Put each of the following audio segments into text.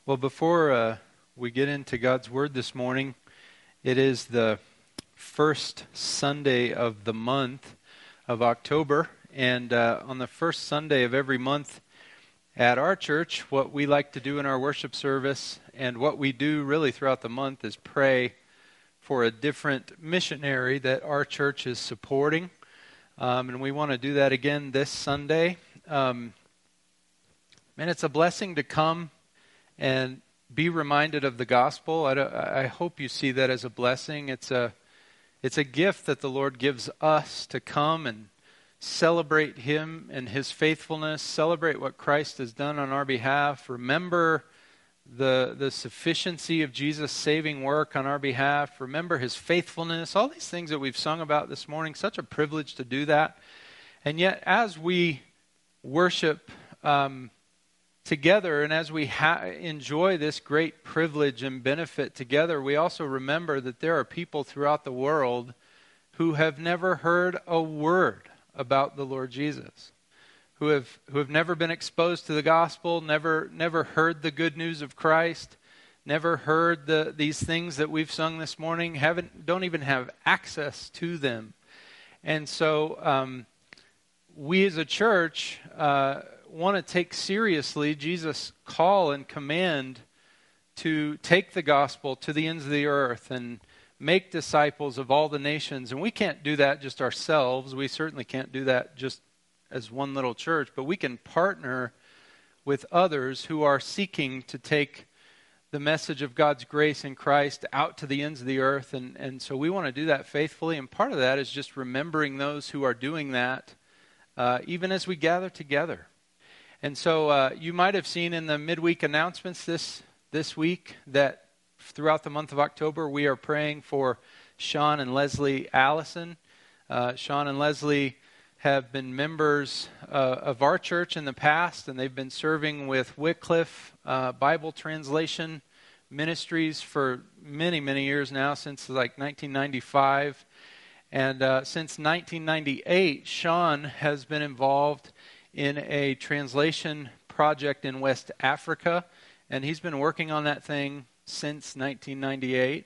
Well, before we get into God's Word this morning, it is the first Sunday of the month of October. And on the first Sunday of every month at our church, what we like to do in our worship service and what we do really throughout the month is pray for a different missionary that our church is supporting. And we want to do that again this Sunday. And it's a blessing to come and be reminded of the gospel. I hope you see that as a blessing. It's a gift that the Lord gives us to come and celebrate Him and His faithfulness, celebrate what Christ has done on our behalf, remember the sufficiency of Jesus' saving work on our behalf, remember His faithfulness, all these things that we've sung about this morning. Such a privilege to do that. And yet, as we worship together, and as we enjoy this great privilege and benefit together, we also remember that there are people throughout the world who have never heard a word about the Lord Jesus, who have never been exposed to the gospel, never heard the good news of Christ, never heard these things that we've sung this morning, don't even have access to them. And so we as a church want to take seriously Jesus' call and command to take the gospel to the ends of the earth and make disciples of all the nations. And we can't do that just ourselves. We certainly can't do that just as one little church, but we can partner with others who are seeking to take the message of God's grace in Christ out to the ends of the earth. And so we want to do that faithfully. And part of that is just remembering those who are doing that even as we gather together. And so you might have seen in the midweek announcements this week that throughout the month of October we are praying for Sean and Leslie Allison. Sean and Leslie have been members of our church in the past, and they've been serving with Wycliffe Bible Translation Ministries for many, many years now, since like 1995. And since 1998, Sean has been involved in a translation project in West Africa, and he's been working on that thing since 1998.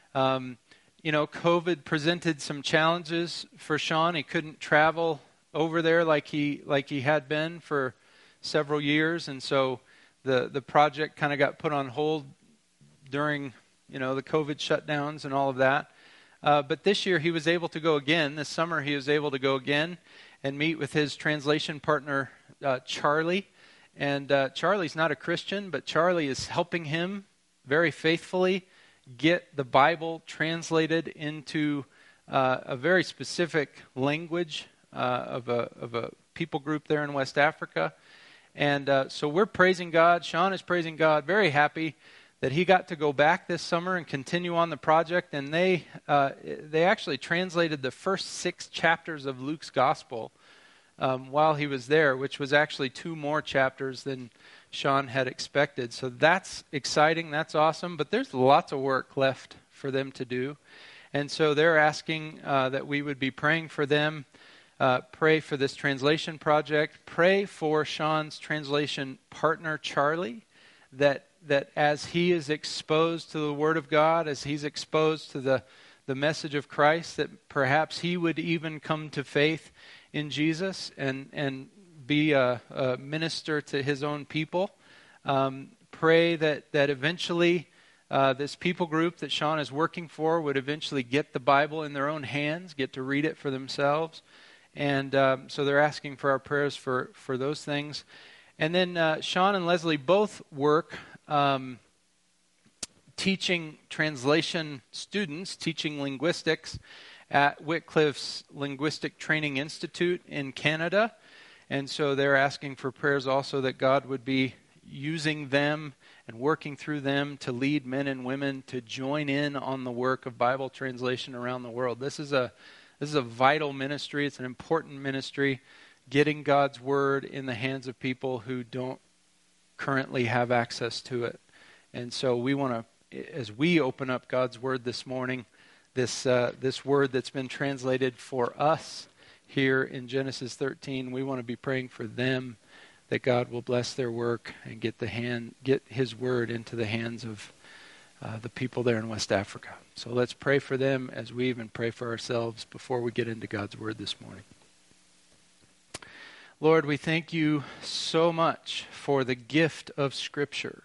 COVID presented some challenges for Sean. He couldn't travel over there like he had been for several years, and so the project kind of got put on hold during the COVID shutdowns and all of that. But this year he was able to go again. This summer he was able to go again and meet with his translation partner, Charlie. And Charlie's not a Christian, but Charlie is helping him very faithfully get the Bible translated into a very specific language of a people group there in West Africa. And so we're praising God. Sean is praising God, very happy that he got to go back this summer and continue on the project. And they actually translated the first 6 chapters of Luke's Gospel while he was there, which was actually 2 more chapters than Sean had expected. So that's exciting. That's awesome. But there's lots of work left for them to do. And so they're asking that we would be praying for them, pray for this translation project, pray for Sean's translation partner, Charlie, that as he is exposed to the Word of God, as he's exposed to the message of Christ, that perhaps he would even come to faith in Jesus and be a minister to his own people. Pray that eventually this people group that Sean is working for would eventually get the Bible in their own hands, get to read it for themselves. And so they're asking for our prayers for those things. And then Sean and Leslie both work teaching translation students, teaching linguistics at Wycliffe's Linguistic Training Institute in Canada. And so they're asking for prayers also that God would be using them and working through them to lead men and women to join in on the work of Bible translation around the world. This is a vital ministry. It's an important ministry, getting God's Word in the hands of people who don't currently have access to it. And so we want to, as we open up God's Word this morning, this Word that's been translated for us here in Genesis 13, we want to be praying for them, that God will bless their work and get his word into the hands of the people there in West Africa. So let's pray for them as we even pray for ourselves before we get into God's word this morning. Lord, we thank you so much for the gift of Scripture.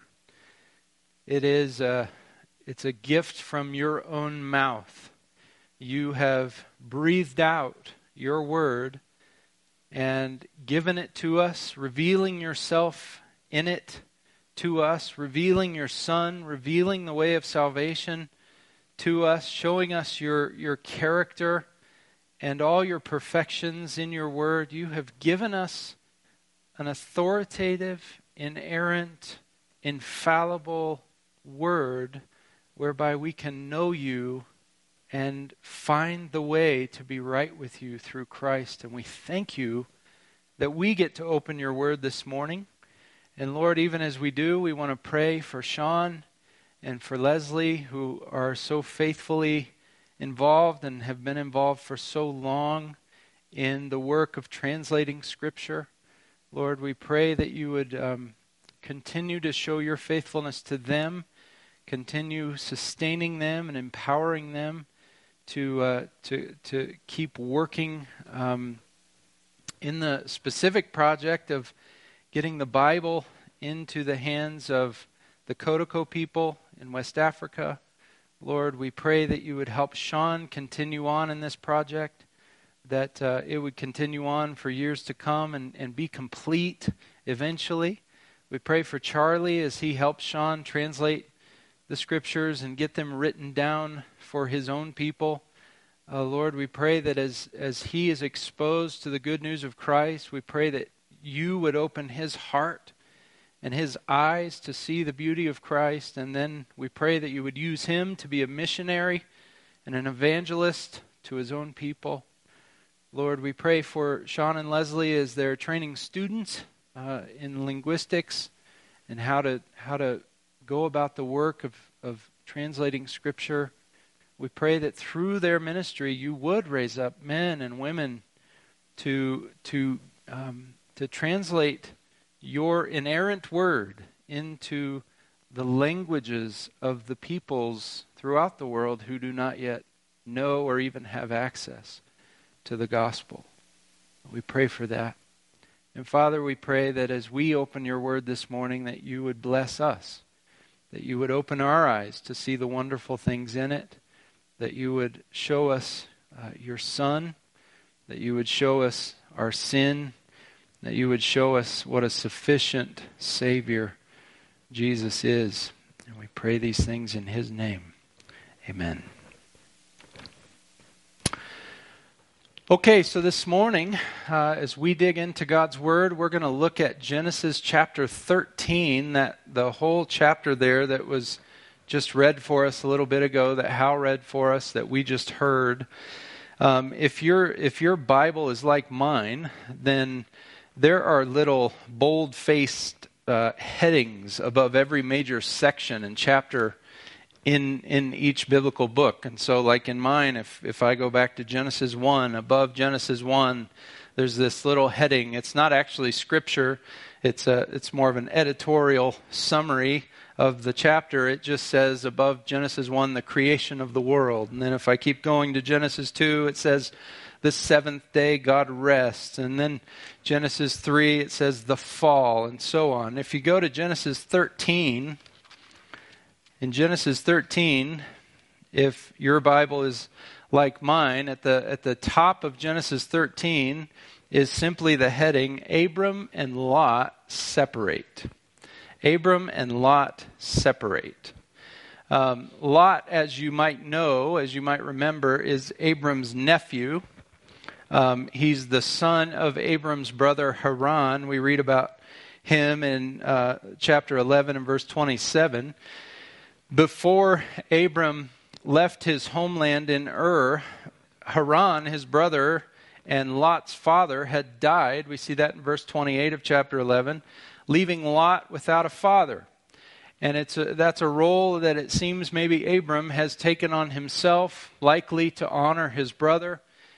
It's a gift from your own mouth. You have breathed out your word and given it to us, revealing yourself in it to us, revealing your Son, revealing the way of salvation to us, showing us your character and all your perfections in your word. You have given us an authoritative, inerrant, infallible word whereby we can know you and find the way to be right with you through Christ. And we thank you that we get to open your word this morning. And Lord, even as we do, we want to pray for Sean and for Leslie, who are so faithfully involved and have been involved for so long in the work of translating Scripture. Lord, we pray that you would continue to show your faithfulness to them, continue sustaining them and empowering them to keep working in the specific project of getting the Bible into the hands of the Kodako people in West Africa. Lord, we pray that you would help Sean continue on in this project, that it would continue on for years to come and be complete eventually. We pray for Charlie as he helps Sean translate the Scriptures and get them written down for his own people. Lord, we pray that as he is exposed to the good news of Christ, we pray that you would open his heart and his eyes to see the beauty of Christ. And then we pray that you would use him to be a missionary and an evangelist to his own people. Lord, we pray for Sean and Leslie as they're training students in linguistics and how to go about the work of translating Scripture. We pray that through their ministry you would raise up men and women to translate your inerrant word into the languages of the peoples throughout the world who do not yet know or even have access to the gospel. We pray for that. And Father, we pray that as we open your word this morning, that you would bless us, that you would open our eyes to see the wonderful things in it, that you would show us your Son, that you would show us our sin, that you would show us what a sufficient Savior Jesus is. And we pray these things in his name. Amen. Okay, so this morning, as we dig into God's Word, we're going to look at Genesis chapter 13, that the whole chapter there that was just read for us a little bit ago, that Hal read for us, that we just heard. If your Bible is like mine, then there are little bold-faced headings above every major section and chapter in each biblical book. And so like in mine, if I go back to Genesis 1, above Genesis 1, there's this little heading. It's not actually scripture. It's more of an editorial summary of the chapter. It just says above Genesis 1, the creation of the world. And then if I keep going to Genesis 2, it says the seventh day God rests. And then Genesis 3, it says the fall, and so on. If you go to Genesis 13, in Genesis 13, if your Bible is like mine, at the top of Genesis 13 is simply the heading, Abram and Lot separate. Abram and Lot separate. Lot, as you might know, as you might remember, is Abram's nephew. He's the son of Abram's brother Haran. We read about him in chapter 11 and verse 27. Before Abram left his homeland in Ur, Haran, his brother, and Lot's father had died. We see that in verse 28 of chapter 11, leaving Lot without a father. And that's a role that it seems maybe Abram has taken on himself, likely to honor his brother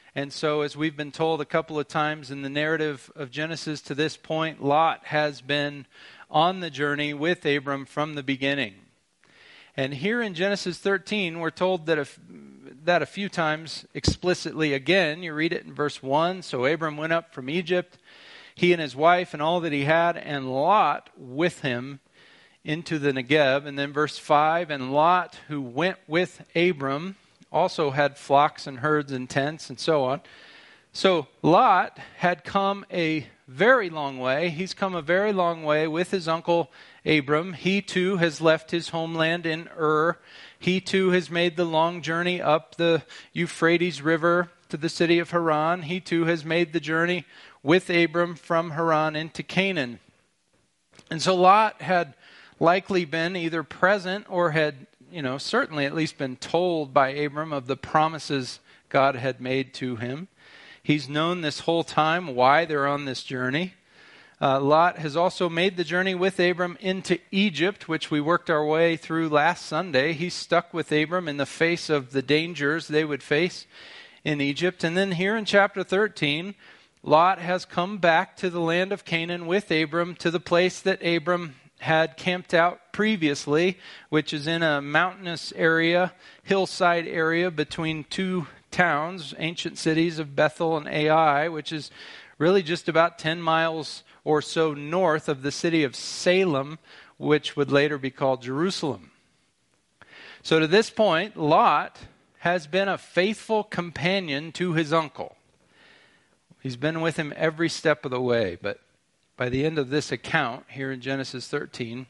And so, as we've been told a couple of times in the narrative of Genesis to this point, Lot has been on the journey with Abram from the beginning. And here in Genesis 13, we're told that a few times explicitly again. You read it in verse 1. So Abram went up from Egypt, he and his wife and all that he had, and Lot with him into the Negeb. And then verse 5, and Lot, who went with Abram, also had flocks and herds and tents and so on. So Lot had come a very long way. He's come a very long way with his uncle Abram. He too has left his homeland in Ur. He too has made the long journey up the Euphrates River to the city of Haran. He too has made the journey with Abram from Haran into Canaan. And so Lot had likely been either present or had, certainly at least been told by Abram of the promises God had made to him. He's known this whole time why they're on this journey. Lot has also made the journey with Abram into Egypt, which we worked our way through last Sunday. He stuck with Abram in the face of the dangers they would face in Egypt. And then here in chapter 13, Lot has come back to the land of Canaan with Abram to the place that Abram had camped out previously, which is in a mountainous area, hillside area between two towns, ancient cities of Bethel and Ai, which is really just about 10 miles or so north of the city of Salem, which would later be called Jerusalem. So to this point, Lot has been a faithful companion to his uncle. He's been with him every step of the way, but by the end of this account here in Genesis 13,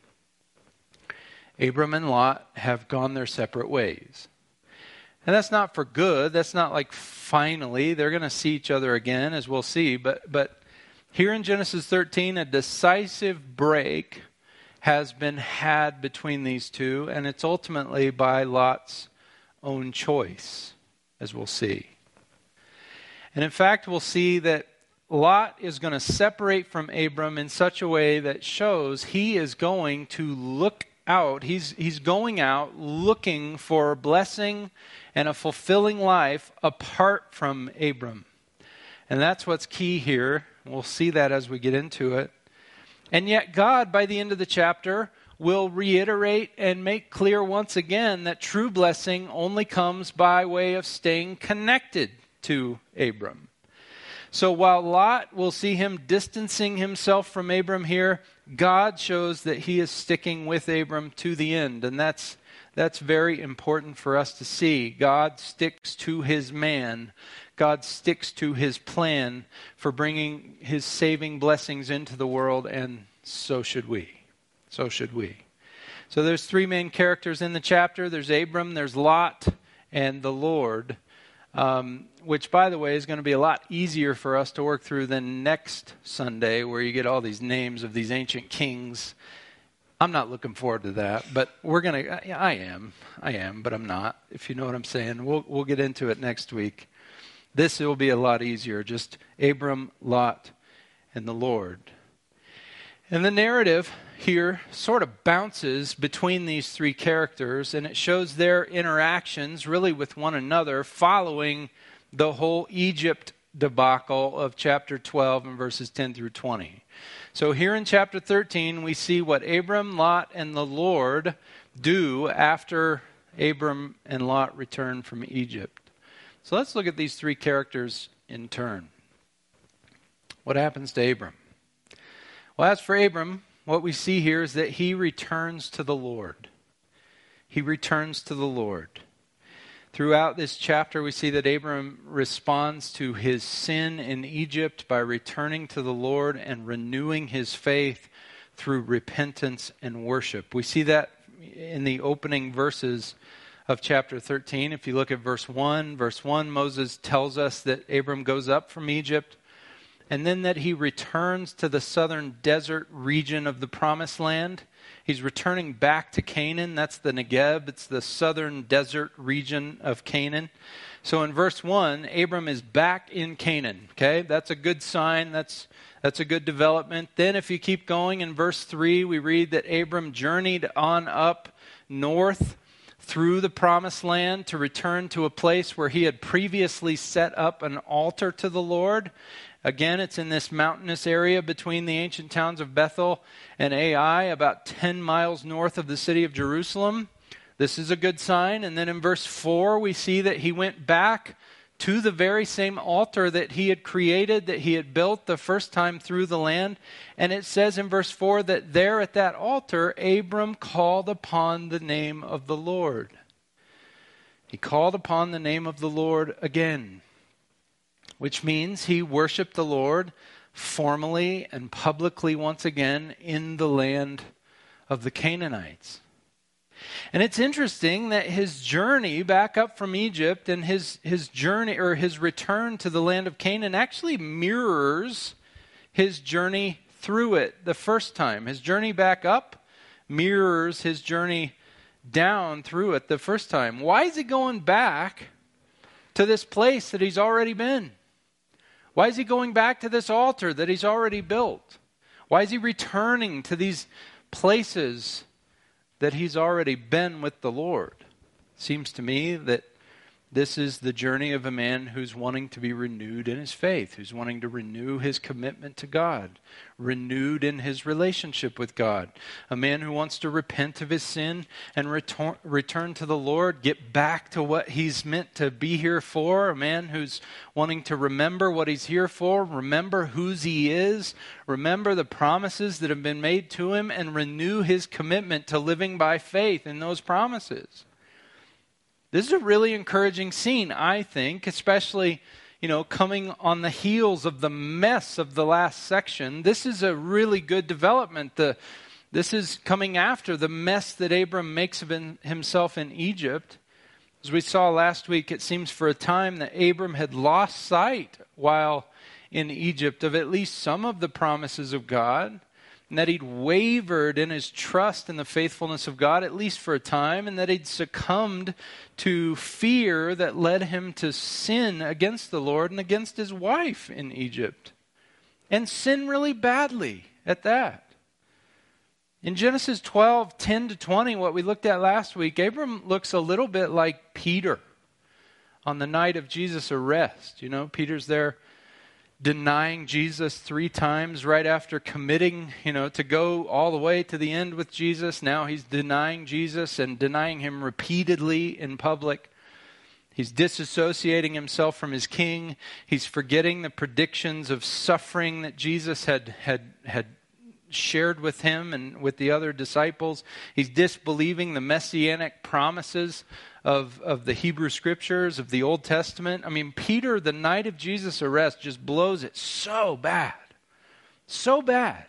Abram and Lot have gone their separate ways. And that's not for good. That's not like finally they're going to see each other again, as we'll see. But here in Genesis 13, a decisive break has been had between these two, and it's ultimately by Lot's own choice, as we'll see. And in fact, we'll see that Lot is going to separate from Abram in such a way that shows he is going to look out. He's going out looking for a blessing and a fulfilling life apart from Abram. And that's what's key here. We'll see that as we get into it. And yet God, by the end of the chapter, will reiterate and make clear once again that true blessing only comes by way of staying connected to Abram. So while Lot will see him distancing himself from Abram here, God shows that he is sticking with Abram to the end. And that's very important for us to see. God sticks to his man. God sticks to his plan for bringing his saving blessings into the world, and so should we. So should we. So there's three main characters in the chapter. There's Abram, there's Lot, and the Lord. Which, by the way, is going to be a lot easier for us to work through than next Sunday, where you get all these names of these ancient kings. I'm not looking forward to that, but we're going to, I am, but I'm not, if you know what I'm saying. We'll get into it next week. This will be a lot easier, just Abram, Lot, and the Lord. And the narrative here sort of bounces between these three characters, and it shows their interactions really with one another following the whole Egypt debacle of chapter 12 and verses 10 through 20. So here in chapter 13, we see what Abram, Lot, and the Lord do after Abram and Lot return from Egypt. So let's look at these three characters in turn. What happens to Abram? Well, as for Abram, what we see here is that he returns to the Lord. He returns to the Lord. Throughout this chapter, we see that Abram responds to his sin in Egypt by returning to the Lord and renewing his faith through repentance and worship. We see that in the opening verses of chapter 13. If you look at verse 1, Moses tells us that Abram goes up from Egypt, and then that he returns to the southern desert region of the Promised Land. He's returning back to Canaan. That's the Negeb. It's the southern desert region of Canaan. So in verse 1, Abram is back in Canaan. Okay, that's a good sign. That's a good development. Then if you keep going in verse 3, we read that Abram journeyed on up north through the promised land to return to a place where he had previously set up an altar to the Lord. Again, it's in this mountainous area between the ancient towns of Bethel and Ai, about 10 miles north of the city of Jerusalem. This is a good sign. And then in verse 4, we see that he went back to the very same altar that he had created, that he had built the first time through the land. And it says in verse 4 that there at that altar, Abram called upon the name of the Lord. He called upon the name of the Lord again, which means he worshiped the Lord formally and publicly once again in the land of the Canaanites. And it's interesting that his journey back up from Egypt and his journey or his return to the land of Canaan actually mirrors his journey through it the first time. His journey back up mirrors his journey down through it the first time. Why is he going back to this place that he's already been? Why is he going back to this altar that he's already built? Why is he returning to these places that he's already been with the Lord? Seems to me that this is the journey of a man who's wanting to be renewed in his faith, who's wanting to renew his commitment to God, renewed in his relationship with God. A man who wants to repent of his sin and return to the Lord, get back to what he's meant to be here for. A man who's wanting to remember what he's here for, remember whose he is, remember the promises that have been made to him, and renew his commitment to living by faith in those promises. This is a really encouraging scene, I think, especially, coming on the heels of the mess of the last section. This is a really good development. This is coming after the mess that Abram makes of himself in Egypt. As we saw last week, it seems for a time that Abram had lost sight while in Egypt of at least some of the promises of God, and that he'd wavered in his trust in the faithfulness of God, at least for a time, and that he'd succumbed to fear that led him to sin against the Lord and against his wife in Egypt. And sin really badly at that. In Genesis 12, 10 to 20, what we looked at last week, Abram looks a little bit like Peter on the night of Jesus' arrest. Peter's there denying Jesus 3 times right after committing, to go all the way to the end with Jesus. Now he's denying Jesus and denying him repeatedly in public. He's disassociating himself from his king. He's forgetting the predictions of suffering that Jesus had shared with him and with the other disciples. He's disbelieving the messianic promises of the Hebrew Scriptures, of the Old Testament. Peter, the night of Jesus' arrest, just blows it so bad. So bad.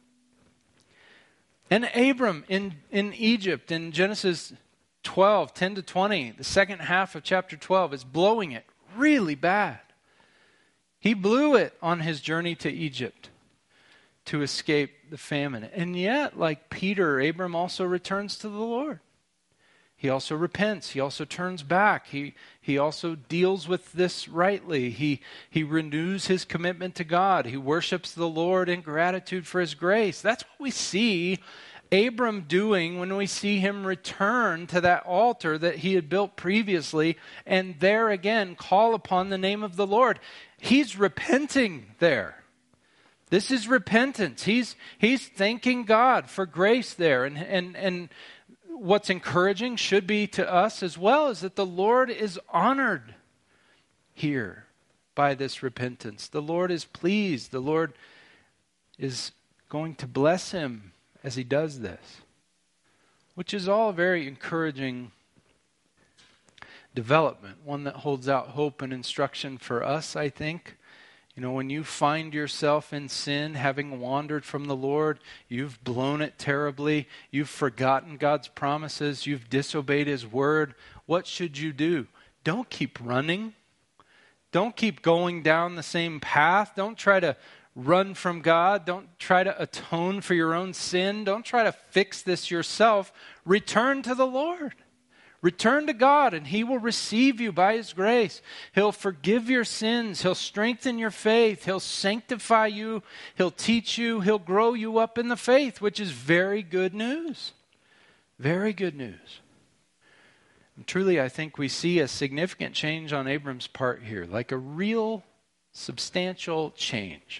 And Abram in Egypt, in Genesis 12, 10 to 20, the second half of chapter 12, is blowing it really bad. He blew it on his journey to Egypt to escape the famine. And yet, like Peter, Abram also returns to the Lord. He also repents. He also turns back. He also deals with this rightly. He renews his commitment to God. He worships the Lord in gratitude for his grace. That's what we see Abram doing when we see him return to that altar that he had built previously and there again call upon the name of the Lord. He's repenting there. This is repentance. He's thanking God for grace there. And what's encouraging should be to us as well is that the Lord is honored here by this repentance. The Lord is pleased. The Lord is going to bless him as he does this, which is all a very encouraging development, one that holds out hope and instruction for us, I think. When you find yourself in sin, having wandered from the Lord, you've blown it terribly, you've forgotten God's promises, you've disobeyed his word, what should you do? Don't keep running. Don't keep going down the same path. Don't try to run from God. Don't try to atone for your own sin. Don't try to fix this yourself. Return to the Lord. Return to God and he will receive you by his grace. He'll forgive your sins. He'll strengthen your faith. He'll sanctify you. He'll teach you. He'll grow you up in the faith, which is very good news. Very good news. And truly, I think we see a significant change on Abram's part here, like a real substantial change.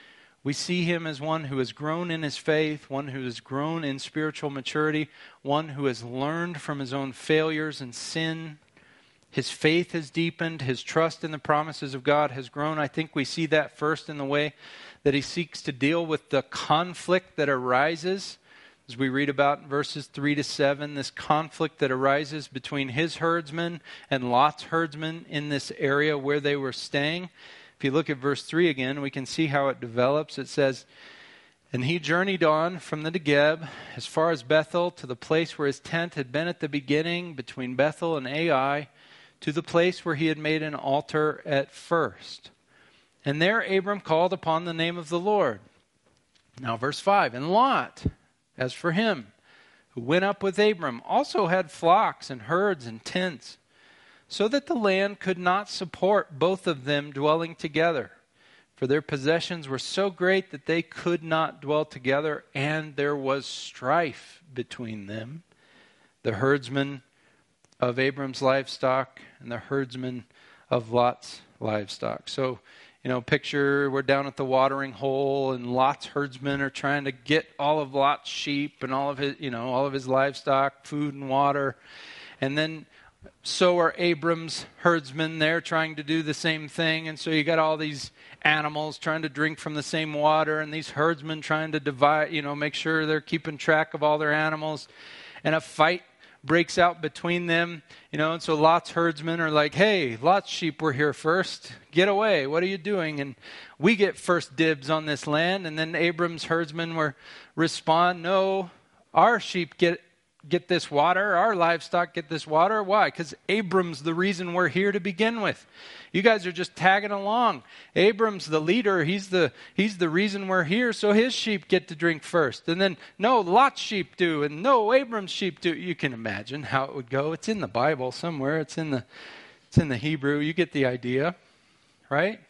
We see him as one who has grown in his faith, one who has grown in spiritual maturity, one who has learned from his own failures and sin. His faith has deepened. His trust in the promises of God has grown. I think we see that first in the way that he seeks to deal with the conflict that arises. As we read about in verses 3 to 7, this conflict that arises between his herdsmen and Lot's herdsmen in this area where they were staying. If you look at verse 3 again, we can see how it develops. It says, "And he journeyed on from the Negeb as far as Bethel to the place where his tent had been at the beginning, between Bethel and Ai, to the place where he had made an altar at first. And there Abram called upon the name of the Lord." Now verse 5, "And Lot, as for him, who went up with Abram, also had flocks and herds and tents, so that the land could not support both of them dwelling together. For their possessions were so great that they could not dwell together, and there was strife between them, the herdsmen of Abram's livestock and the herdsmen of Lot's livestock." So, picture we're down at the watering hole, and Lot's herdsmen are trying to get all of Lot's sheep and all of his livestock, food and water. And then so are Abram's herdsmen there trying to do the same thing. And so you got all these animals trying to drink from the same water, and these herdsmen trying to divide, make sure they're keeping track of all their animals. And a fight breaks out between them, and so Lot's herdsmen are like, "Hey, Lot's sheep were here first. Get away. What are you doing? And we get first dibs on this land." And then Abram's herdsmen respond, "No, our sheep get this water, our livestock get this water." Why? Because Abram's the reason we're here to begin with. You guys are just tagging along. Abram's the leader. He's the reason we're here, so his sheep get to drink first. And then, no, Lot's sheep do, and no, Abram's sheep do. You can imagine how it would go. It's in the Bible somewhere. It's in the Hebrew. You get the idea, right?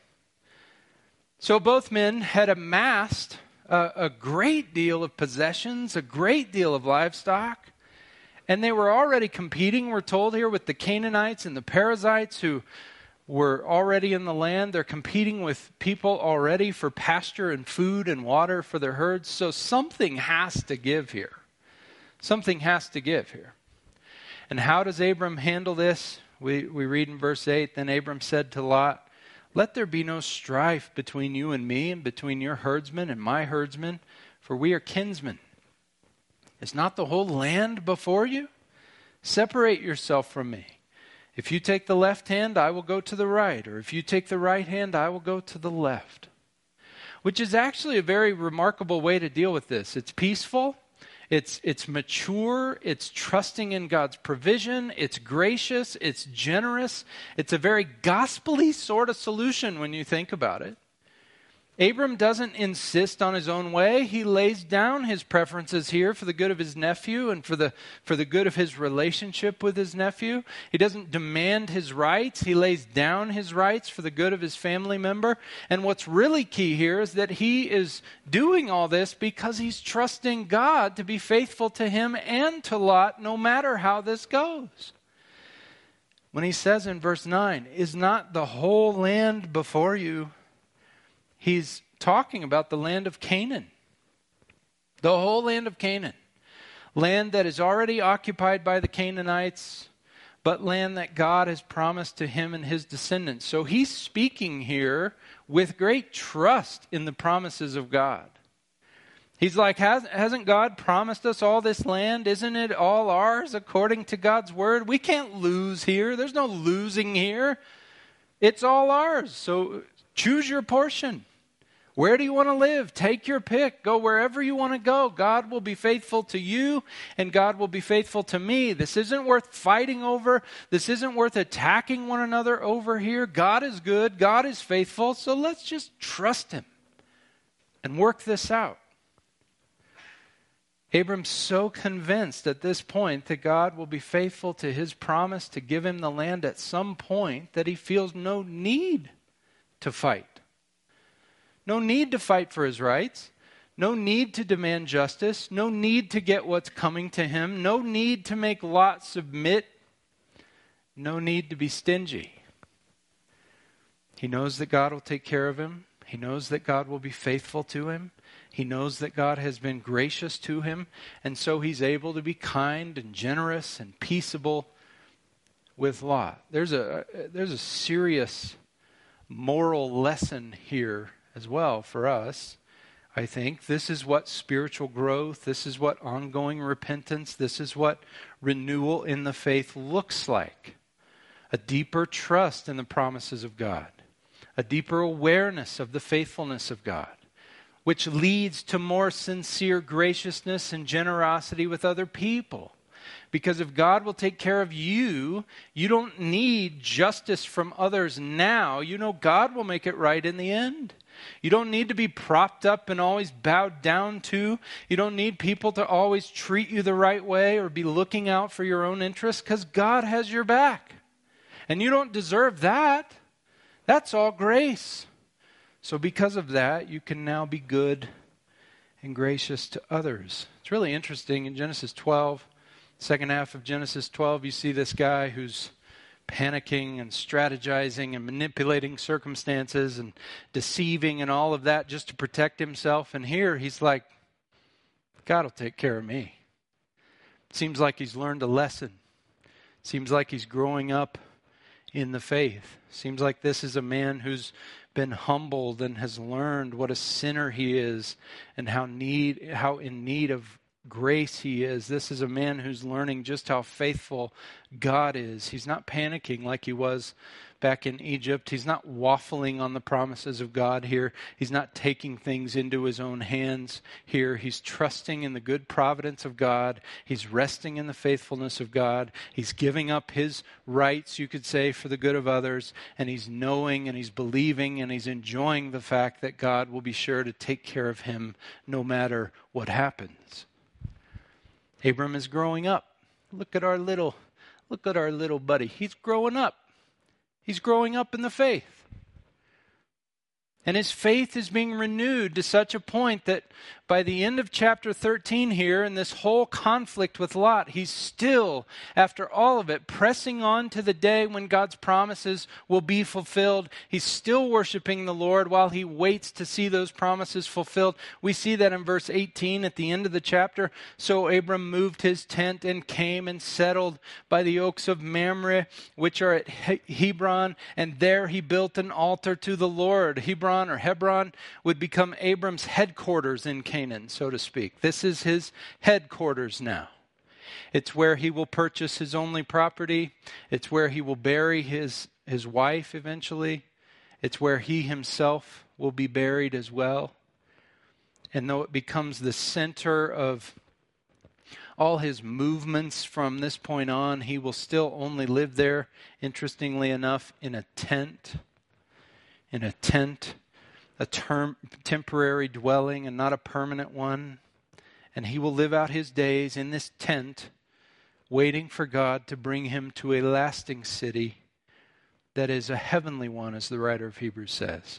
So both men had amassed a great deal of possessions, a great deal of livestock. And they were already competing, we're told here, with the Canaanites and the Perizzites who were already in the land. They're competing with people already for pasture and food and water for their herds. So something has to give here. Something has to give here. And how does Abram handle this? We read in verse 8, "Then Abram said to Lot, 'Let there be no strife between you and me, and between your herdsmen and my herdsmen, for we are kinsmen. Is not the whole land before you? Separate yourself from me. If you take the left hand, I will go to the right. Or if you take the right hand, I will go to the left.'" Which is actually a very remarkable way to deal with this. It's peaceful. It's mature. It's trusting in God's provision. It's gracious. It's generous. It's a very gospel-y sort of solution when you think about it. Abram doesn't insist on his own way. He lays down his preferences here for the good of his nephew and for the good of his relationship with his nephew. He doesn't demand his rights. He lays down his rights for the good of his family member. And what's really key here is that he is doing all this because he's trusting God to be faithful to him and to Lot no matter how this goes. When he says in verse 9, "Is not the whole land before you?" He's talking about the land of Canaan. The whole land of Canaan. Land that is already occupied by the Canaanites, but land that God has promised to him and his descendants. So he's speaking here with great trust in the promises of God. He's like, hasn't God promised us all this land? Isn't it all ours according to God's word? We can't lose here. There's no losing here. It's all ours. So choose your portion. Where do you want to live? Take your pick. Go wherever you want to go. God will be faithful to you, and God will be faithful to me. This isn't worth fighting over. This isn't worth attacking one another over here. God is good. God is faithful. So let's just trust him and work this out. Abram's so convinced at this point that God will be faithful to his promise to give him the land at some point that he feels no need to fight. No need to fight for his rights. No need to demand justice. No need to get what's coming to him. No need to make Lot submit. no need to be stingy. He knows that God will take care of him. He knows that God will be faithful to him. He knows that God has been gracious to him. And so he's able to be kind and generous and peaceable with Lot. There's a serious moral lesson here as well for us. I think this is what spiritual growth, this is what ongoing repentance, this is what renewal in the faith looks like. A deeper trust in the promises of God. A deeper awareness of the faithfulness of God, which leads to more sincere graciousness and generosity with other people. Because if God will take care of you, you don't need justice from others now. You know God will make it right in the end. You don't need to be propped up and always bowed down to. You don't need people to always treat you the right way or be looking out for your own interests, because God has your back. And you don't deserve that. That's all grace. So because of that, you can now be good and gracious to others. It's really interesting in Genesis 12, second half of Genesis 12, you see this guy who's panicking and strategizing and manipulating circumstances and deceiving and all of that just to protect himself. And here he's like, God will take care of me. It seems like he's learned a lesson. It seems like he's growing up in the faith. Seems like this is a man who's been humbled and has learned what a sinner he is and how in need of grace he is. This is a man who's learning just how faithful God is. He's not panicking like he was back in Egypt. He's not waffling on the promises of God here. He's not taking things into his own hands here. He's trusting in the good providence of God. He's resting in the faithfulness of God. He's giving up his rights, you could say, for the good of others. And he's knowing and he's believing and he's enjoying the fact that God will be sure to take care of him no matter what happens. Abram is growing up. Look at our little buddy. He's growing up. He's growing up in the faith. And his faith is being renewed to such a point that by the end of chapter 13 here, in this whole conflict with Lot, he's still, after all of it, pressing on to the day when God's promises will be fulfilled. He's still worshiping the Lord while he waits to see those promises fulfilled. We see that in verse 18 at the end of the chapter. So Abram moved his tent and came and settled by the oaks of Mamre, which are at Hebron, and there he built an altar to the Lord. Hebron would become Abram's headquarters in Canaan, so to speak. This is his headquarters now. It's where he will purchase his only property. It's where he will bury his wife eventually. It's where he himself will be buried as well. And though it becomes the center of all his movements from this point on, he will still only live there, interestingly enough, in a tent. A temporary dwelling and not a permanent one. And he will live out his days in this tent, waiting for God to bring him to a lasting city that is a heavenly one, as the writer of Hebrews says.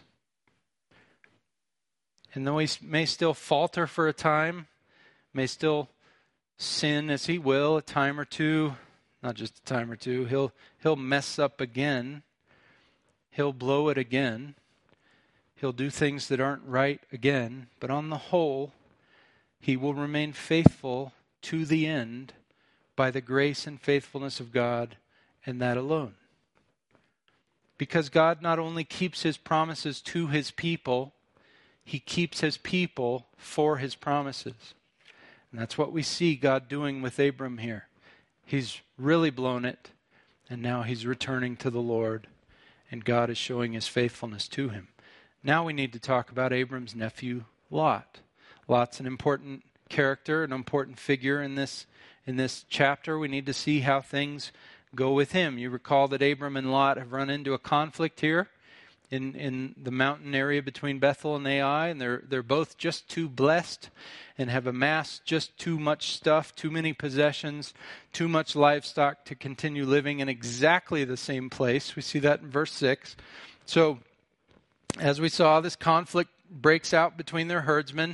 And though he may still falter for a time, may still sin as he will a time or two, not just a time or two, he'll mess up again. He'll blow it again. He'll do things that aren't right again, but on the whole, he will remain faithful to the end by the grace and faithfulness of God, and that alone. Because God not only keeps his promises to his people, he keeps his people for his promises. And that's what we see God doing with Abram here. He's really blown it, and now he's returning to the Lord, and God is showing his faithfulness to him. Now we need to talk about Abram's nephew, Lot. Lot's an important character, an important figure in this chapter. We need to see how things go with him. You recall that Abram and Lot have run into a conflict here in the mountain area between Bethel and Ai, and they're both just too blessed and have amassed just too much stuff, too many possessions, too much livestock to continue living in exactly the same place. We see that in verse 6. So, as we saw, this conflict breaks out between their herdsmen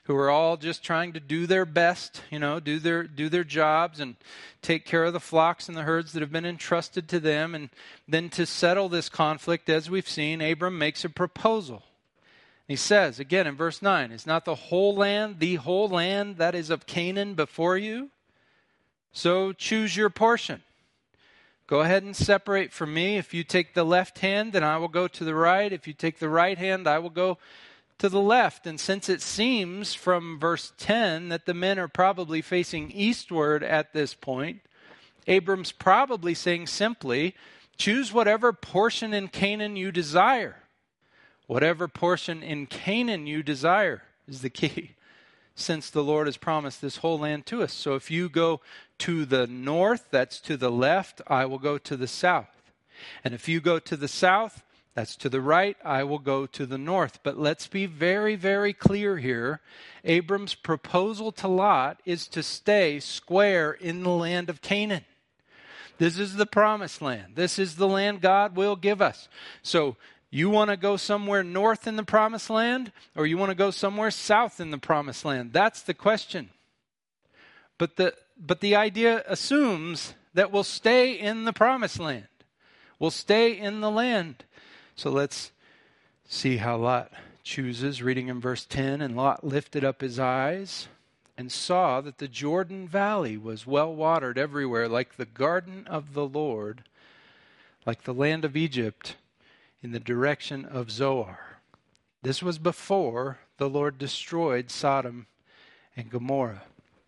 who are all just trying to do their best, do their jobs and take care of the flocks and the herds that have been entrusted to them. And then to settle this conflict, as we've seen, Abram makes a proposal. He says, again in verse 9, is not the whole land that is of Canaan before you? So choose your portion. Go ahead and separate from me. If you take the left hand, then I will go to the right. If you take the right hand, I will go to the left. And since it seems from verse 10 that the men are probably facing eastward at this point, Abram's probably saying simply, choose whatever portion in Canaan you desire. Whatever portion in Canaan you desire is the key, since the Lord has promised this whole land to us. So if you go to the north, that's to the left, I will go to the south. And if you go to the south, that's to the right, I will go to the north. But let's be very, very clear here. Abram's proposal to Lot is to stay square in the land of Canaan. This is the promised land. This is the land God will give us. So you want to go somewhere north in the promised land, or you want to go somewhere south in the promised land? That's the question. But the idea assumes that we'll stay in the promised land. We'll stay in the land. So let's see how Lot chooses. Reading in verse 10, and Lot lifted up his eyes and saw that the Jordan Valley was well watered everywhere, like the garden of the Lord, like the land of Egypt, in the direction of Zoar. This was before the Lord destroyed Sodom and Gomorrah.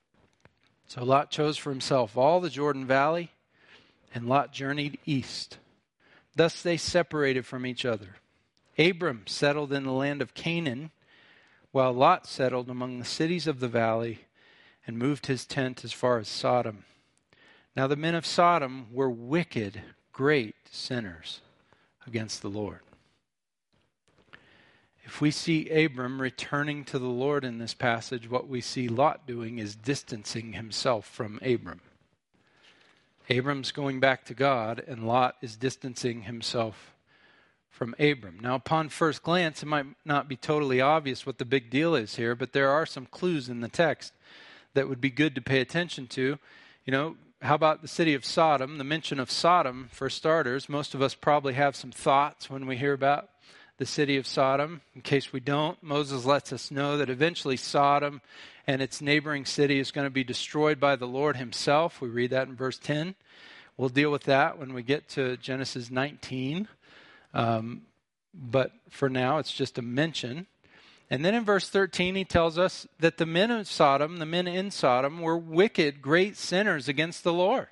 So Lot chose for himself all the Jordan Valley, and Lot journeyed east. Thus they separated from each other. Abram settled in the land of Canaan, while Lot settled among the cities of the valley and moved his tent as far as Sodom. Now the men of Sodom were wicked, great sinners against the Lord. If we see Abram returning to the Lord in this passage, what we see Lot doing is distancing himself from Abram. Abram's going back to God, and Lot is distancing himself from Abram. Now, upon first glance, it might not be totally obvious what the big deal is here, but there are some clues in the text that would be good to pay attention to. How about the city of Sodom? The mention of Sodom, for starters. Most of us probably have some thoughts when we hear about the city of Sodom. In case we don't, Moses lets us know that eventually Sodom and its neighboring city is going to be destroyed by the Lord himself. We read that in verse 10. We'll deal with that when we get to Genesis 19. But for now, it's just a mention. And then in verse 13, he tells us that the men in Sodom, were wicked, great sinners against the Lord.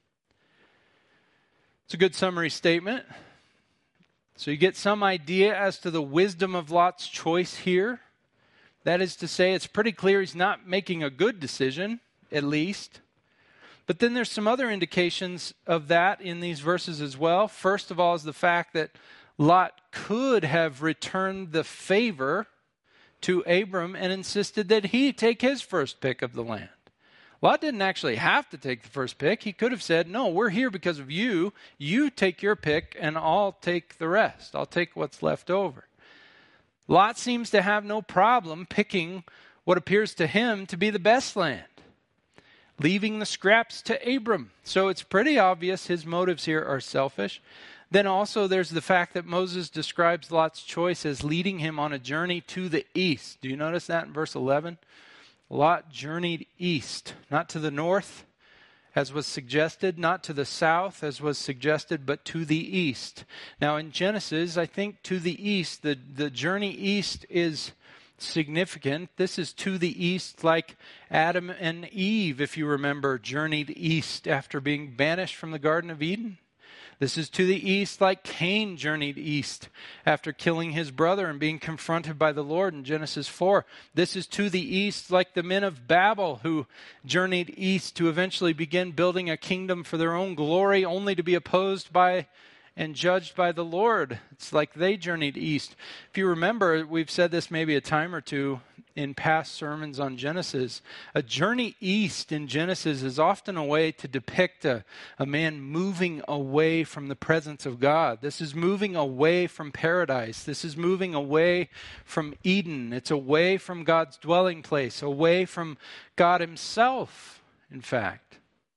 It's a good summary statement. So you get some idea as to the wisdom of Lot's choice here. That is to say, it's pretty clear he's not making a good decision, at least. But then there's some other indications of that in these verses as well. First of all is the fact that Lot could have returned the favor to Abram and insisted that he take his first pick of the land. Lot didn't actually have to take the first pick. He could have said, no, we're here because of you. You take your pick and I'll take the rest. I'll take what's left over. Lot seems to have no problem picking what appears to him to be the best land, leaving the scraps to Abram. So it's pretty obvious his motives here are selfish. Then also there's the fact that Moses describes Lot's choice as leading him on a journey to the east. Do you notice that in verse 11? Lot journeyed east, not to the north, as was suggested, not to the south, as was suggested, but to the east. Now in Genesis, I think to the east, the journey east is significant. This is to the east, like Adam and Eve, if you remember, journeyed east after being banished from the Garden of Eden. This is to the east, like Cain journeyed east after killing his brother and being confronted by the Lord in Genesis 4. This is to the east, like the men of Babel who journeyed east to eventually begin building a kingdom for their own glory, only to be opposed by and judged by the Lord. It's like they journeyed east. If you remember, we've said this maybe a time or two in past sermons on Genesis, a journey east in Genesis is often a way to depict a man moving away from the presence of God. This is moving away from paradise. This is moving away from Eden. It's away from God's dwelling place, away from God himself, in fact.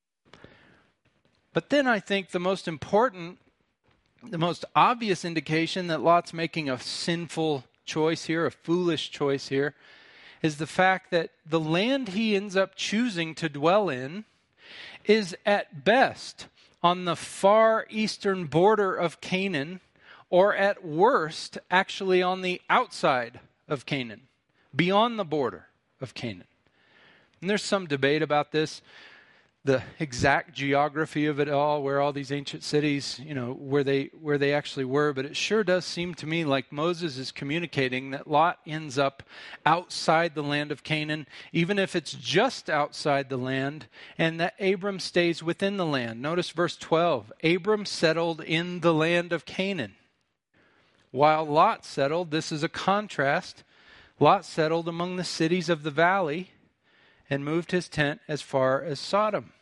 But then I think the most important, the most obvious indication that Lot's making a sinful choice here, a foolish choice here, is the fact that the land he ends up choosing to dwell in is at best on the far eastern border of Canaan, or at worst, actually on the outside of Canaan, beyond the border of Canaan. And there's some debate about this, the exact geography of it all, where all these ancient cities, where they actually were. But it sure does seem to me like Moses is communicating that Lot ends up outside the land of Canaan, even if it's just outside the land, and that Abram stays within the land. Notice verse 12. Abram settled in the land of Canaan, while Lot settled, this is a contrast, Lot settled among the cities of the valley and moved his tent as far as Sodom.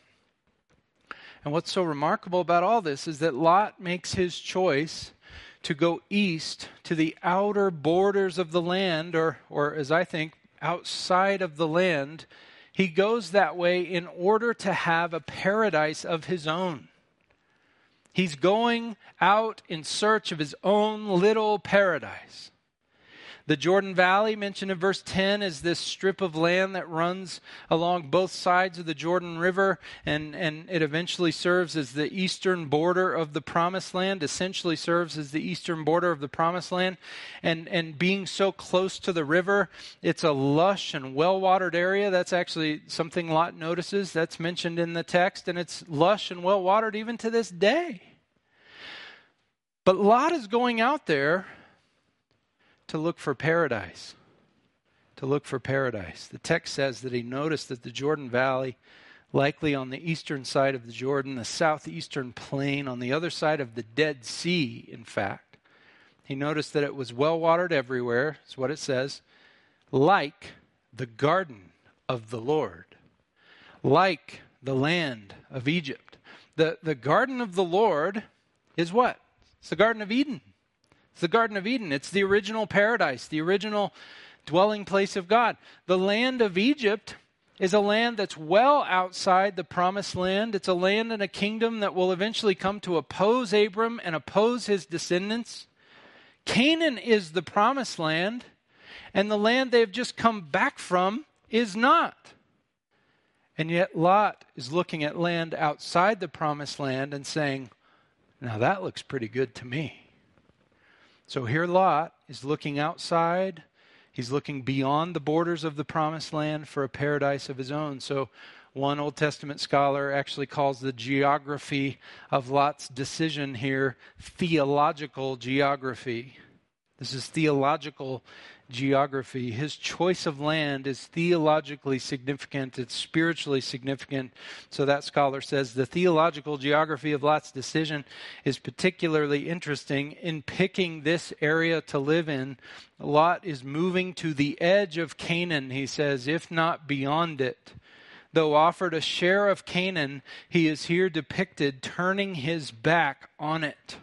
And what's so remarkable about all this is that Lot makes his choice to go east to the outer borders of the land, or as I think, outside of the land. He goes that way in order to have a paradise of his own. He's going out in search of his own little paradise. The Jordan Valley, mentioned in verse 10, is this strip of land that runs along both sides of the Jordan River, and it eventually serves as the eastern border of the Promised Land, essentially serves as the eastern border of the Promised Land. And being so close to the river, it's a lush and well-watered area. That's actually something Lot notices. That's mentioned in the text, and it's lush and well-watered even to this day. But Lot is going out there to look for paradise. To look for paradise. The text says that he noticed that the Jordan Valley, likely on the eastern side of the Jordan, the southeastern plain, on the other side of the Dead Sea, in fact, he noticed that it was well-watered everywhere, is what it says, like the garden of the Lord, like the land of Egypt. The garden of the Lord is what? It's the Garden of Eden. It's the Garden of Eden. It's the original paradise, the original dwelling place of God. The land of Egypt is a land that's well outside the Promised Land. It's a land and a kingdom that will eventually come to oppose Abram and oppose his descendants. Canaan is the Promised Land, and the land they've just come back from is not. And yet Lot is looking at land outside the Promised Land and saying, now that looks pretty good to me. So here Lot is looking outside. He's looking beyond the borders of the Promised Land for a paradise of his own. So one Old Testament scholar actually calls the geography of Lot's decision here theological geography. This is theological geography. His choice of land is theologically significant. It's spiritually significant. So that scholar says the theological geography of Lot's decision is particularly interesting in picking this area to live in. Lot is moving to the edge of Canaan, he says, if not beyond it. Though offered a share of Canaan, he is here depicted turning his back on it.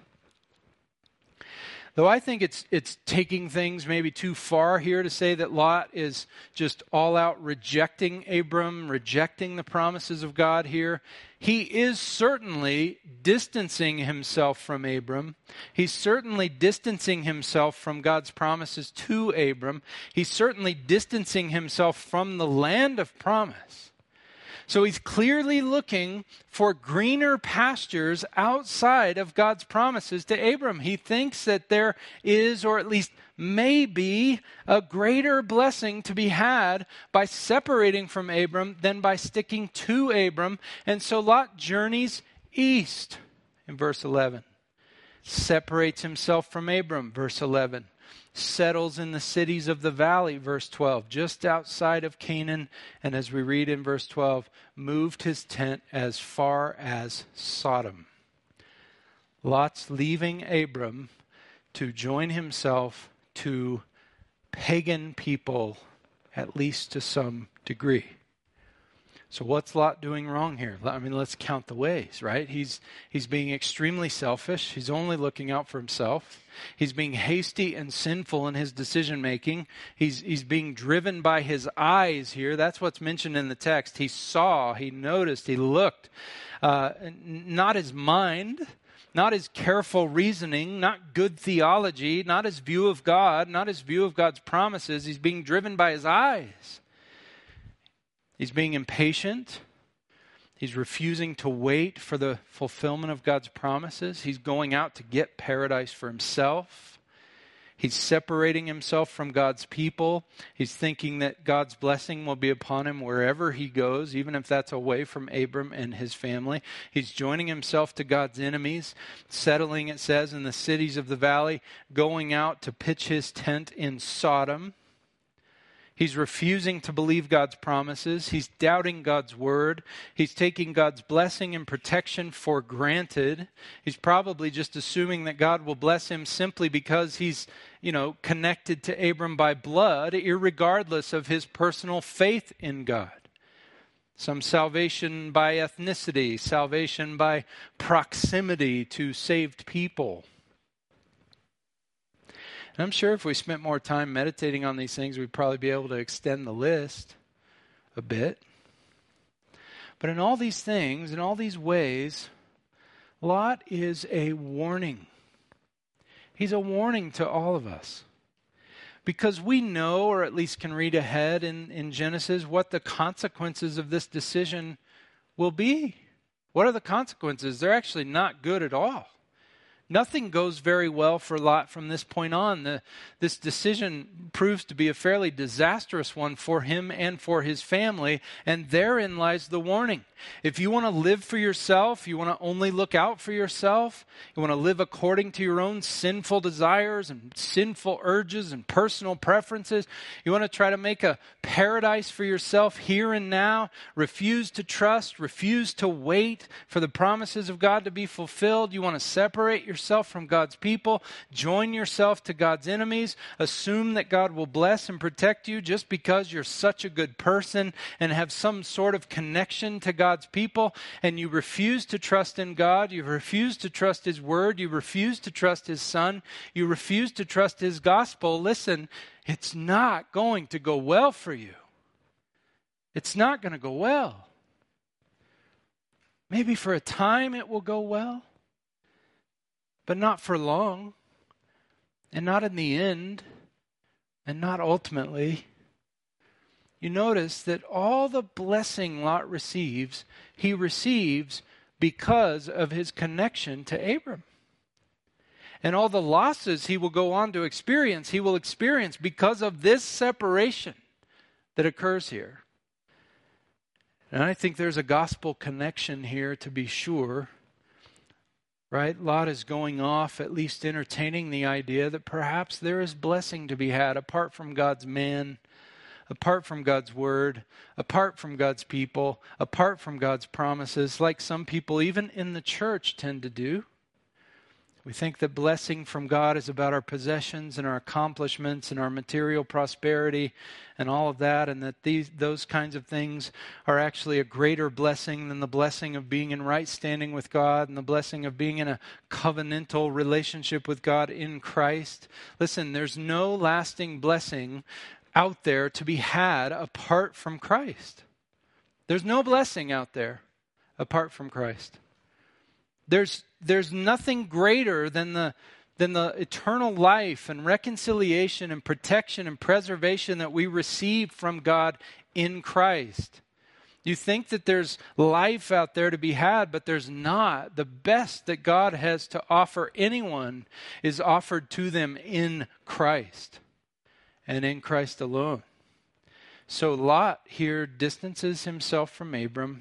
Though I think it's taking things maybe too far here to say that Lot is just all out rejecting Abram, rejecting the promises of God here. He is certainly distancing himself from Abram. He's certainly distancing himself from God's promises to Abram. He's certainly distancing himself from the land of promise. So he's clearly looking for greener pastures outside of God's promises to Abram. He thinks that there is, or at least may be, a greater blessing to be had by separating from Abram than by sticking to Abram. And so Lot journeys east in verse 11. Separates himself from Abram, verse 11. Settles in the cities of the valley, verse 12, just outside of Canaan, and as we read in verse 12, moved his tent as far as Sodom. Lot's leaving Abram to join himself to pagan people at least to some degree. So what's Lot doing wrong here? I mean, let's count the ways, right? He's being extremely selfish. He's only looking out for himself. He's being hasty and sinful in his decision making. He's being driven by his eyes here. That's what's mentioned in the text. He saw, he noticed, he looked. Not his mind, not his careful reasoning, not good theology, not his view of God, not his view of God's promises. He's being driven by his eyes. He's being impatient. He's refusing to wait for the fulfillment of God's promises. He's going out to get paradise for himself. He's separating himself from God's people. He's thinking that God's blessing will be upon him wherever he goes, even if that's away from Abram and his family. He's joining himself to God's enemies, settling, it says, in the cities of the valley, going out to pitch his tent in Sodom. He's refusing to believe God's promises. He's doubting God's word. He's taking God's blessing and protection for granted. He's probably just assuming that God will bless him simply because he's, connected to Abram by blood, irregardless of his personal faith in God. Some salvation by ethnicity, salvation by proximity to saved people. And I'm sure if we spent more time meditating on these things, we'd probably be able to extend the list a bit. But in all these things, in all these ways, Lot is a warning. He's a warning to all of us. Because we know, or at least can read ahead in Genesis, what the consequences of this decision will be. What are the consequences? They're actually not good at all. Nothing goes very well for Lot from this point on. This decision proves to be a fairly disastrous one for him and for his family, and therein lies the warning. If you want to live for yourself, you want to only look out for yourself, you want to live according to your own sinful desires and sinful urges and personal preferences, you want to try to make a paradise for yourself here and now, refuse to trust, refuse to wait for the promises of God to be fulfilled, you want to separate yourself from God's people, join yourself to God's enemies, assume that God will bless and protect you just because you're such a good person and have some sort of connection to God's people, and you refuse to trust in God, you refuse to trust His Word, you refuse to trust His Son, you refuse to trust His gospel, listen, it's not going to go well for you. It's not going to go well. Maybe for a time it will go well, but not for long, and not in the end, and not ultimately. You notice that all the blessing Lot receives, he receives because of his connection to Abram. And all the losses he will go on to experience, he will experience because of this separation that occurs here. And I think there's a gospel connection here, to be sure. Right? Lot is going off, at least entertaining the idea that perhaps there is blessing to be had apart from God's man, apart from God's word, apart from God's people, apart from God's promises, like some people even in the church tend to do. We think that blessing from God is about our possessions and our accomplishments and our material prosperity and all of that, and that those kinds of things are actually a greater blessing than the blessing of being in right standing with God and the blessing of being in a covenantal relationship with God in Christ. Listen, there's no lasting blessing out there to be had apart from Christ. There's no blessing out there apart from Christ. There's nothing greater than the eternal life and reconciliation and protection and preservation that we receive from God in Christ. You think that there's life out there to be had, but there's not. The best that God has to offer anyone is offered to them in Christ and in Christ alone. So Lot here distances himself from Abram.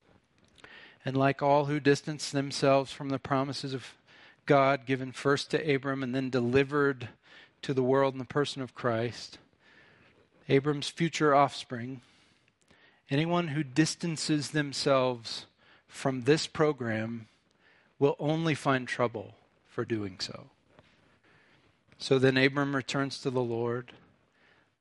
And like all who distance themselves from the promises of God given first to Abram and then delivered to the world in the person of Christ, Abram's future offspring, anyone who distances themselves from this program will only find trouble for doing so. So then Abram returns to the Lord.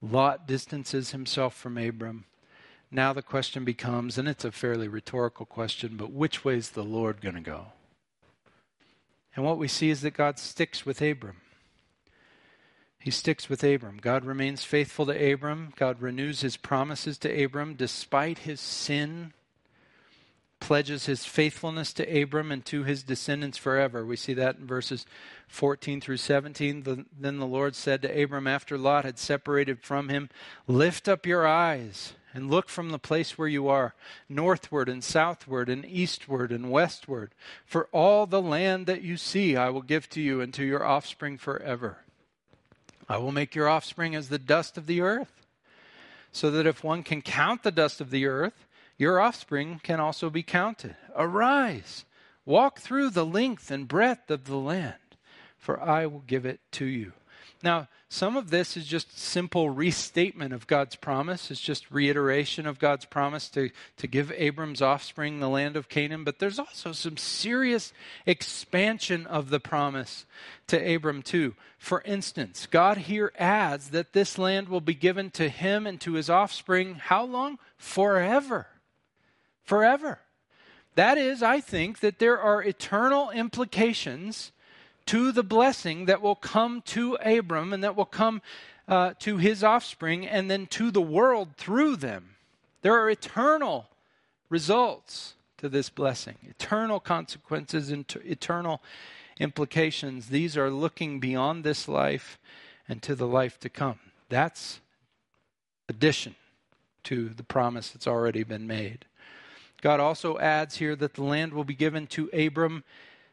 Lot distances himself from Abram. Now the question becomes, and it's a fairly rhetorical question, but which way is the Lord going to go? And what we see is that God sticks with Abram. He sticks with Abram. God remains faithful to Abram. God renews his promises to Abram despite his sin, pledges his faithfulness to Abram and to his descendants forever. We see that in verses 14 through 17. Then the Lord said to Abram after Lot had separated from him, "Lift up your eyes and look from the place where you are, northward and southward and eastward and westward. For all the land that you see I will give to you and to your offspring forever. I will make your offspring as the dust of the earth, so that if one can count the dust of the earth, your offspring can also be counted. Arise, walk through the length and breadth of the land, for I will give it to you." Now, some of this is just simple restatement of God's promise. It's just reiteration of God's promise to give Abram's offspring the land of Canaan. But there's also some serious expansion of the promise to Abram too. For instance, God here adds that this land will be given to him and to his offspring. How long? Forever. Forever. That is, I think, that there are eternal implications to the blessing that will come to Abram and that will come to his offspring and then to the world through them. There are eternal results to this blessing, eternal consequences and eternal implications. These are looking beyond this life and to the life to come. That's addition to the promise that's already been made. God also adds here that the land will be given to Abram,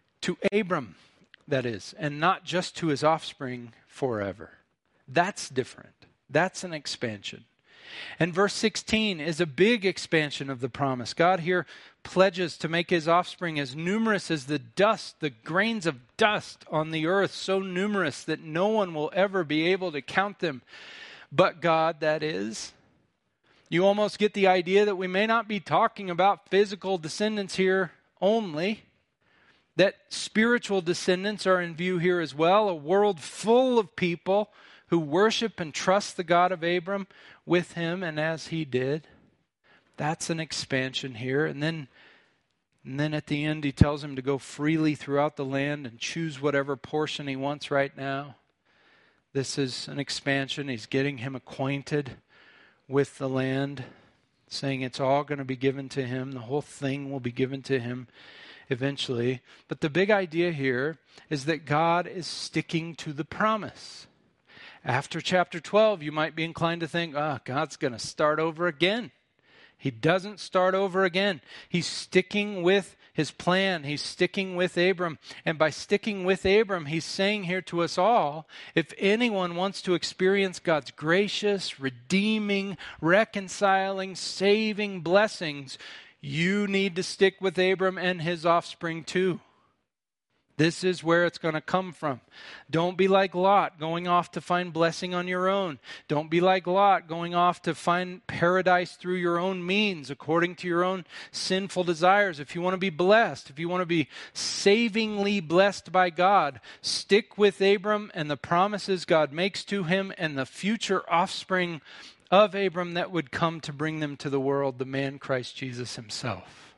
that is, and not just to his offspring forever. That's different. That's an expansion. And verse 16 is a big expansion of the promise. God here pledges to make his offspring as numerous as the dust, the grains of dust on the earth, so numerous that no one will ever be able to count them. But God, that is. You almost get the idea that we may not be talking about physical descendants here only, that spiritual descendants are in view here as well, a world full of people who worship and trust the God of Abram with him and as he did. That's an expansion here. And then at the end he tells him to go freely throughout the land and choose whatever portion he wants right now. This is an expansion. He's getting him acquainted with the land, saying it's all going to be given to him. The whole thing will be given to him eventually. But the big idea here is that God is sticking to the promise. After chapter 12, you might be inclined to think, God's going to start over again. He doesn't start over again. He's sticking with his plan. He's sticking with Abram. And by sticking with Abram, he's saying here to us all, if anyone wants to experience God's gracious, redeeming, reconciling, saving blessings, you need to stick with Abram and his offspring too. This is where it's going to come from. Don't be like Lot, going off to find blessing on your own. Don't be like Lot, going off to find paradise through your own means, according to your own sinful desires. If you want to be blessed, if you want to be savingly blessed by God, stick with Abram and the promises God makes to him and the future offspring of Abram that would come to bring them to the world, the man Christ Jesus himself.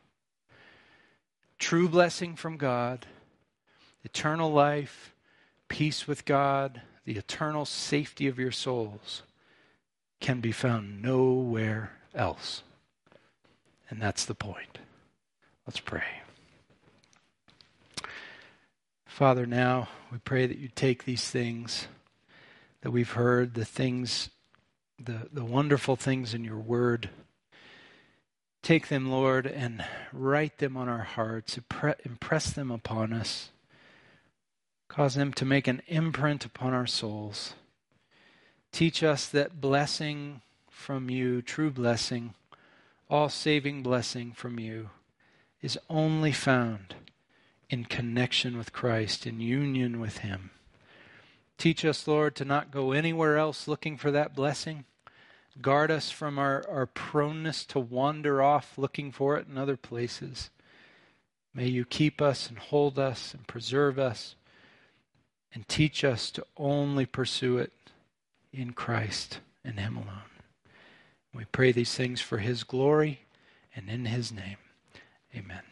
True blessing from God, eternal life, peace with God, the eternal safety of your souls can be found nowhere else. And that's the point. Let's pray. Father, now we pray that you take these things that we've heard, the things, the wonderful things in your word. Take them, Lord, and write them on our hearts. Impress them upon us. Cause them to make an imprint upon our souls. Teach us that blessing from you, true blessing, all saving blessing from you, is only found in connection with Christ, in union with him. Teach us, Lord, to not go anywhere else looking for that blessing. Guard us from our proneness to wander off looking for it in other places. May you keep us and hold us and preserve us and teach us to only pursue it in Christ and Him alone. We pray these things for His glory and in His name. Amen.